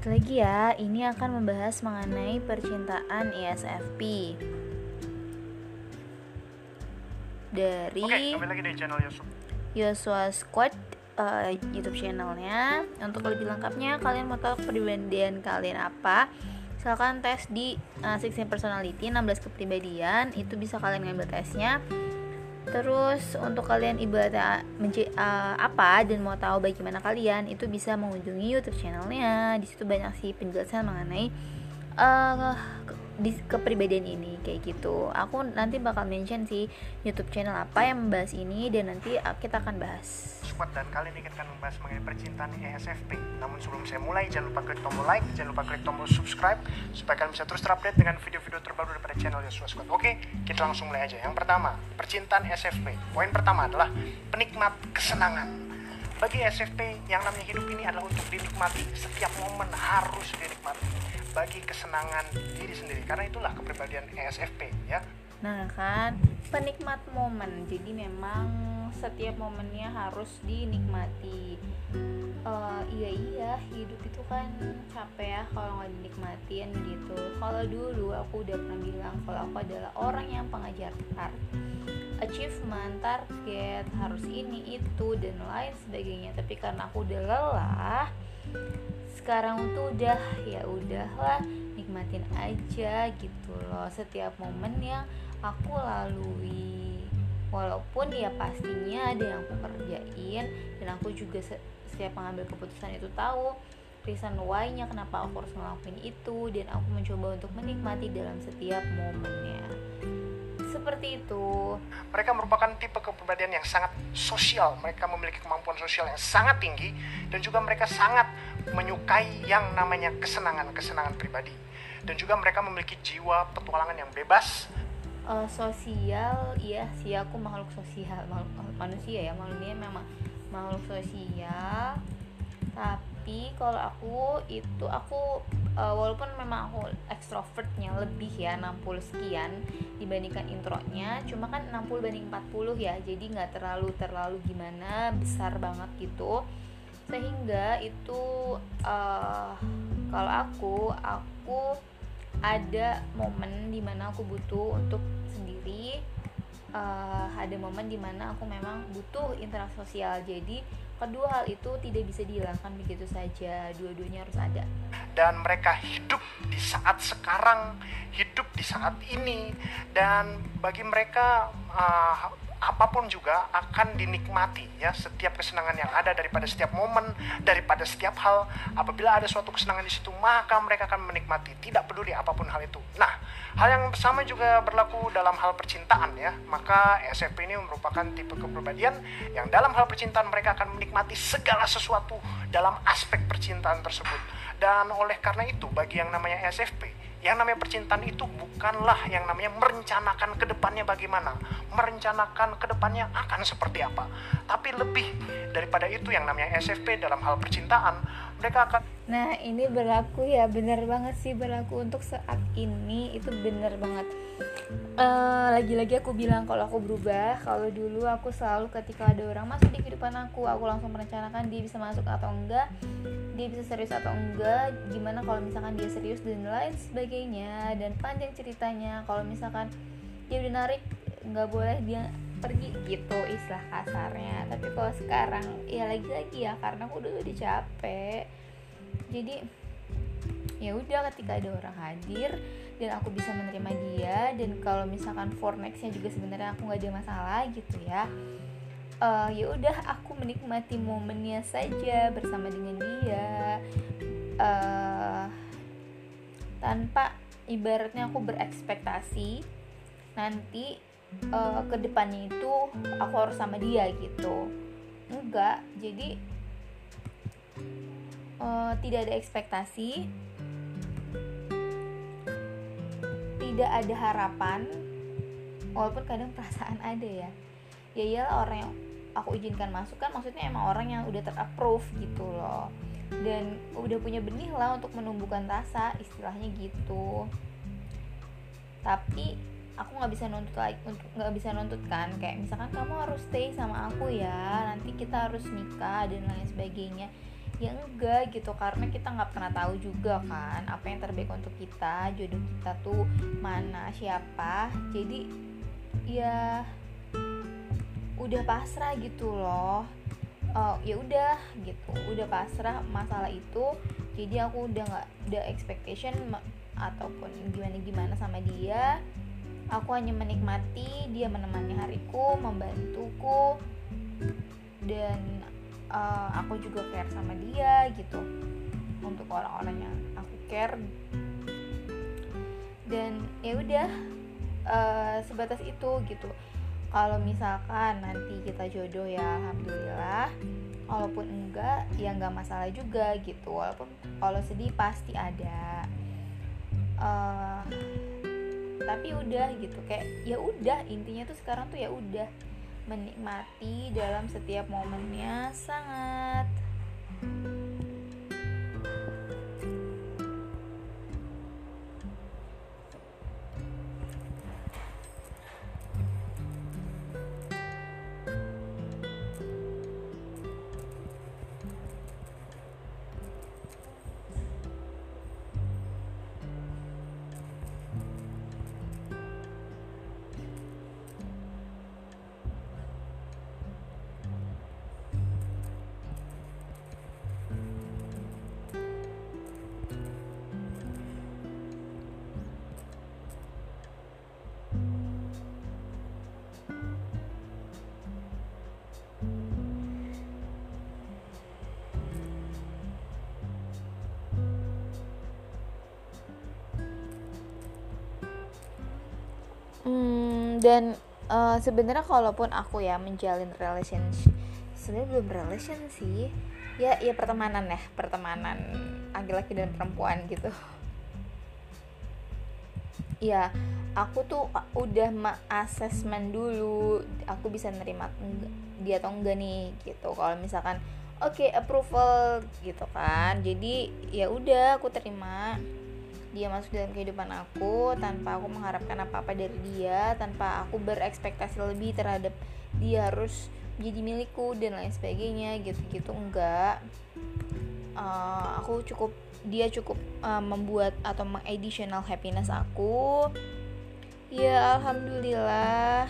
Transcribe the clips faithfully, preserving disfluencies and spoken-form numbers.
Lanjut lagi ya, ini akan membahas mengenai percintaan E S F P dari Oke, kembali lagi di channel Yusuf. Yosua Squad uh, YouTube channelnya. Untuk lebih lengkapnya, kalian mau tahu kepribadian kalian apa? Misalkan tes di uh, sixteen personality, enam belas kepribadian, itu bisa kalian ngambil tesnya. Terus untuk kalian ibaratnya menci- uh, apa dan mau tahu bagaimana kalian, itu bisa mengunjungi YouTube channelnya. Di situ banyak sih penjelasan mengenai uh, ke- di kepribadian ini kayak gitu. Aku nanti bakal mention sih YouTube channel apa yang membahas ini dan nanti uh, kita akan bahas. Squad dan kali ini kita akan membahas mengenai percintaan E S F P. Namun sebelum saya mulai, jangan lupa klik tombol like, jangan lupa klik tombol subscribe supaya kalian bisa terus terupdate dengan video-video terbaru daripada channel Yosua Squad. Oke, kita langsung mulai aja. Yang pertama, percintaan E S F P. Poin pertama adalah penikmat kesenangan. Bagi E S F P, yang namanya hidup ini adalah untuk dinikmati. Setiap momen harus dinikmati bagi kesenangan diri sendiri. Karena itulah kepribadian E S F P, ya. Nah kan, penikmat momen. Jadi memang setiap momennya harus dinikmati. Uh, iya iya, hidup itu kan capek ya kalau nggak dinikmatin gitu. Kalau dulu aku udah pernah bilang kalau aku adalah orang yang pengajar tar achievement, target, harus ini itu dan lain sebagainya. Tapi karena aku udah lelah, sekarang tuh udah ya udahlah, nikmatin aja gitu loh setiap momen yang aku lalui. Walaupun ya pastinya ada yang aku kerjain dan aku juga setiap mengambil keputusan itu tahu reason why-nya kenapa aku harus ngelakuin itu, dan aku mencoba untuk menikmati dalam setiap momennya. Seperti itu. Mereka merupakan tipe kepribadian yang sangat sosial. Mereka memiliki kemampuan sosial yang sangat tinggi dan juga mereka sangat menyukai yang namanya kesenangan-kesenangan pribadi. Dan juga mereka memiliki jiwa petualangan yang bebas. Uh, sosial, iya sih, aku makhluk sosial, makhluk manusia ya, manusia memang makhluk sosial. Tapi kalau aku itu aku uh, walaupun memang aku ekstrovertnya lebih ya, enam puluh sekian dibandingkan intronya, cuma kan enam puluh banding empat puluh ya, jadi nggak terlalu terlalu gimana besar banget gitu, sehingga itu uh, kalau aku aku ada momen dimana aku butuh untuk sendiri, uh, ada momen dimana aku memang butuh interaksi sosial. Jadi kedua hal itu tidak bisa dihilangkan begitu saja, dua-duanya harus ada. Dan mereka hidup di saat sekarang, hidup di saat ini, dan bagi mereka uh, apapun juga akan dinikmati ya, setiap kesenangan yang ada daripada setiap momen, daripada setiap hal. Apabila ada suatu kesenangan di situ, maka mereka akan menikmati, tidak peduli apapun hal itu. Nah, hal yang sama juga berlaku dalam hal percintaan ya. Maka E S F P ini merupakan tipe kepribadian yang dalam hal percintaan mereka akan menikmati segala sesuatu dalam aspek percintaan tersebut. Dan oleh karena itu, bagi yang namanya E S F P, yang namanya percintaan itu bukanlah yang namanya merencanakan ke depannya bagaimana, merencanakan ke depannya akan seperti apa. Tapi lebih daripada itu, yang namanya E S F P dalam hal percintaan, mereka akan... Nah ini berlaku ya, benar banget sih, berlaku untuk saat ini, itu benar banget. uh, Lagi-lagi aku bilang kalau aku berubah. Kalau dulu aku selalu ketika ada orang masuk di kehidupan aku, aku langsung merencanakan dia bisa masuk atau enggak, dia bisa serius atau enggak, gimana kalau misalkan dia serius dan lain sebagainya, dan panjang ceritanya. Kalau misalkan dia udah narik, nggak boleh dia pergi gitu istilah kasarnya. Tapi kalau sekarang ya lagi-lagi ya, karena aku udah udah capek, jadi ya udah ketika ada orang hadir dan aku bisa menerima dia, dan kalau misalkan for nextnya juga sebenarnya aku nggak ada masalah gitu ya. Uh, ya udah aku menikmati momennya saja bersama dengan dia, uh, tanpa ibaratnya aku berekspektasi nanti uh, ke depannya itu aku harus sama dia gitu. Enggak, jadi uh, tidak ada ekspektasi, tidak ada harapan, walaupun kadang perasaan ada ya. Ya iyalah, orang yang aku izinkan masuk kan maksudnya emang orang yang udah ter-approve gitu loh, dan udah punya benih lah untuk menumbuhkan rasa, istilahnya gitu. Tapi aku nggak bisa nuntut lagi, untuk nggak bisa nuntut kan, kayak misalkan kamu harus stay sama aku ya, nanti kita harus nikah dan lain sebagainya. ya enggak gitu, karena kita nggak pernah tahu juga kan apa yang terbaik untuk kita, jodoh kita tuh mana, siapa. Jadi ya udah pasrah gitu loh. Oh ya udah gitu, udah pasrah masalah itu. Jadi aku udah nggak ada expectation ma- ataupun gimana gimana sama dia. Aku hanya menikmati dia menemani hariku, membantuku, dan uh, aku juga care sama dia gitu, untuk orang-orang yang aku care. Dan ya udah, uh, sebatas itu gitu. Kalau misalkan nanti kita jodoh ya alhamdulillah, walaupun enggak ya enggak masalah juga gitu. Walaupun kalau sedih pasti ada, uh, tapi udah gitu, kayak ya udah, intinya tuh sekarang tuh ya udah menikmati dalam setiap momennya sangat. Hmm, dan uh, sebenarnya kalaupun aku ya menjalin relationship, sebenarnya belum relation sih, ya ya pertemanan ya, pertemanan laki-laki dan perempuan gitu. Ya aku tuh udah ma-assessment dulu, aku bisa nerima enggak, dia atau enggak nih gitu. Kalau misalkan oke okay, approval gitu kan, jadi ya udah aku terima dia masuk dalam kehidupan aku tanpa aku mengharapkan apa-apa dari dia, tanpa aku berekspektasi lebih terhadap dia harus menjadi milikku dan lain sebagainya gitu-gitu. Enggak, uh, aku cukup dia cukup uh, membuat atau meng-additional happiness aku. Ya alhamdulillah.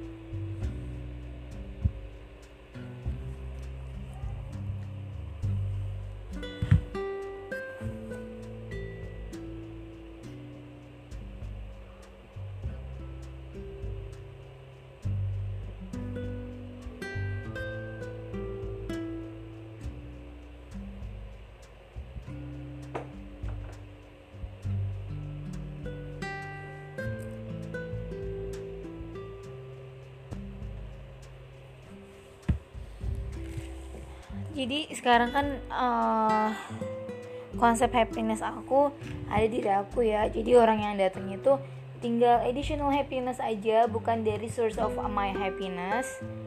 Jadi sekarang kan uh, konsep happiness aku ada di diri aku ya. Jadi orang yang datang itu tinggal additional happiness aja, bukan dari source of my happiness.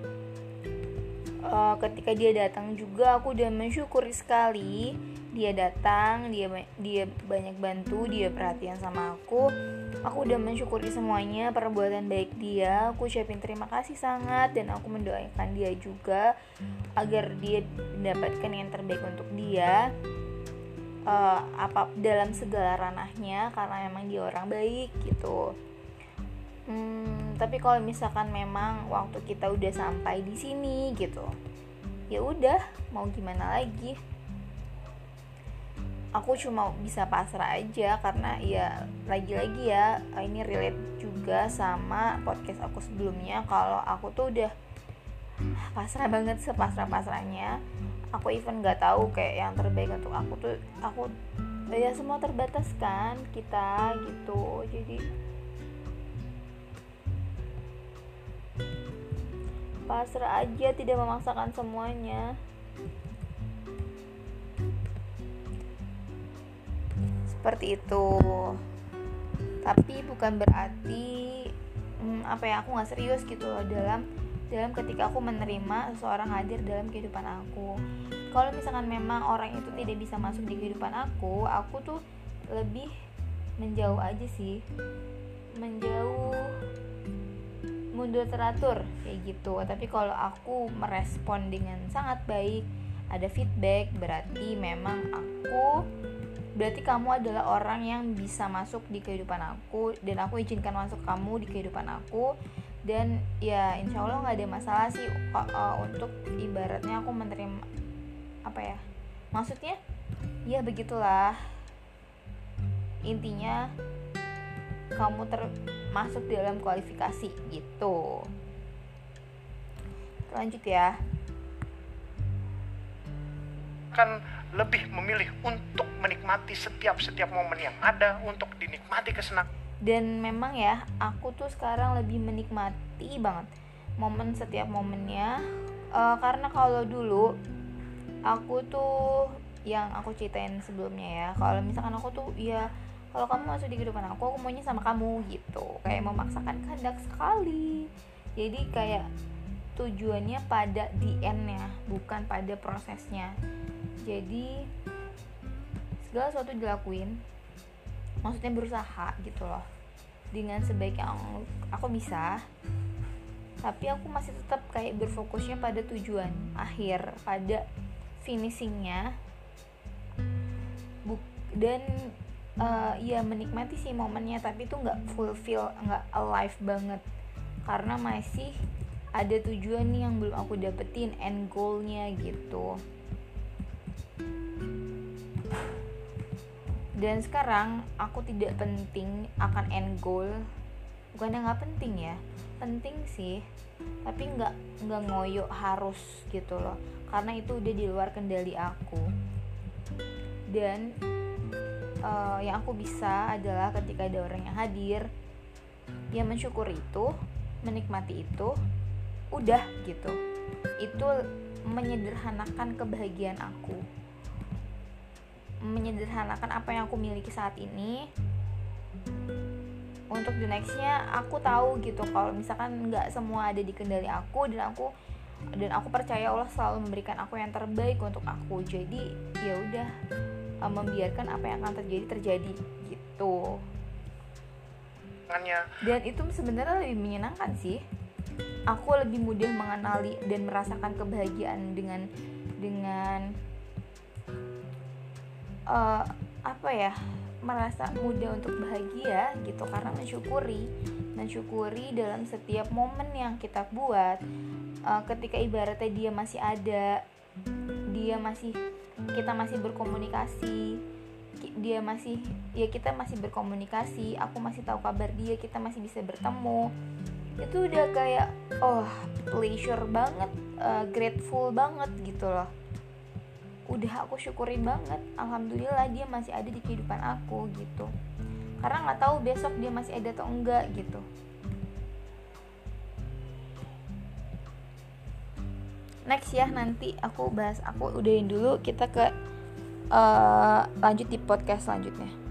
Uh, ketika dia datang juga aku udah mensyukuri sekali. Dia datang, dia dia banyak bantu, dia perhatian sama aku. Aku udah mensyukuri semuanya perbuatan baik dia. Aku ucapin terima kasih sangat, dan aku mendoakan dia juga agar dia mendapatkan yang terbaik untuk dia, uh, apa dalam segala ranahnya, karena memang dia orang baik gitu. Hmm, tapi kalau misalkan memang waktu kita udah sampai di sini gitu, ya udah mau gimana lagi. Aku cuma bisa pasrah aja, karena ya lagi-lagi ya ini relate juga sama podcast aku sebelumnya. Kalau aku tuh udah pasrah banget, sepasrah-pasrahnya. Aku even nggak tahu kayak yang terbaik untuk aku tuh, aku ya semua terbatas kan kita gitu. Jadi pasrah aja, tidak memaksakan semuanya. Seperti itu. Tapi bukan berarti hmm, apa ya aku nggak serius gitu loh dalam dalam ketika aku menerima seseorang hadir dalam kehidupan aku. Kalau misalkan memang orang itu tidak bisa masuk di kehidupan aku, aku tuh lebih menjauh aja sih, menjauh, mundur teratur kayak gitu. Tapi kalau aku merespon dengan sangat baik, ada feedback, berarti memang aku berarti kamu adalah orang yang bisa masuk di kehidupan aku, dan aku izinkan masuk kamu di kehidupan aku. Dan ya insya Allah nggak ada masalah sih uh, uh, untuk ibaratnya aku menerima apa ya, maksudnya ya begitulah, intinya kamu termasuk dalam kualifikasi gitu. Lanjut ya. Kan lebih memilih untuk menikmati setiap-setiap momen yang ada, untuk dinikmati kesenangan. Dan memang ya, aku tuh sekarang lebih menikmati banget momen setiap momennya. uh, Karena kalau dulu aku tuh, yang aku ceritain sebelumnya ya, kalau misalkan aku tuh ya, kalau kamu masuk di kehidupan aku, aku maunya sama kamu gitu, kayak memaksakan kehendak sekali. Jadi kayak tujuannya pada the end-nya, bukan pada prosesnya. Jadi segala sesuatu dilakuin, maksudnya berusaha gitu loh, dengan sebaik yang aku bisa. Tapi aku masih tetap kayak berfokusnya pada tujuan akhir, pada finishingnya. Buk- dan uh, ya menikmati sih momennya, tapi itu nggak fulfill, nggak alive banget, karena masih ada tujuan nih yang belum aku dapetin, end goalnya gitu. Dan sekarang aku tidak penting akan end goal, bukannya nggak penting ya, penting sih, tapi nggak nggak ngoyo harus gitu loh, karena itu udah di luar kendali aku. Dan uh, yang aku bisa adalah ketika ada orang yang hadir, ya mensyukuri itu, menikmati itu, udah gitu. Itu menyederhanakan kebahagiaan aku, menyederhanakan apa yang aku miliki saat ini. Untuk the nextnya aku tahu gitu, kalau misalkan nggak semua ada di kendali aku, dan aku dan aku percaya Allah selalu memberikan aku yang terbaik untuk aku. Jadi ya udah, uh, membiarkan apa yang akan terjadi terjadi gitu. Dan itu sebenarnya lebih menyenangkan sih. Aku lebih mudah mengenali dan merasakan kebahagiaan dengan dengan uh, apa ya, merasa mudah untuk bahagia gitu, karena mensyukuri mensyukuri dalam setiap momen yang kita buat. Uh, ketika ibaratnya dia masih ada, dia masih kita masih berkomunikasi, dia masih ya kita masih berkomunikasi, aku masih tahu kabar dia, kita masih bisa bertemu. Itu udah kayak oh pleasure banget, uh, grateful banget gitu loh. Udah aku syukurin banget, alhamdulillah dia masih ada di kehidupan aku gitu, karena nggak tahu besok dia masih ada atau enggak gitu. Next ya, nanti aku bahas, aku udahin dulu, kita ke uh, lanjut di podcast selanjutnya.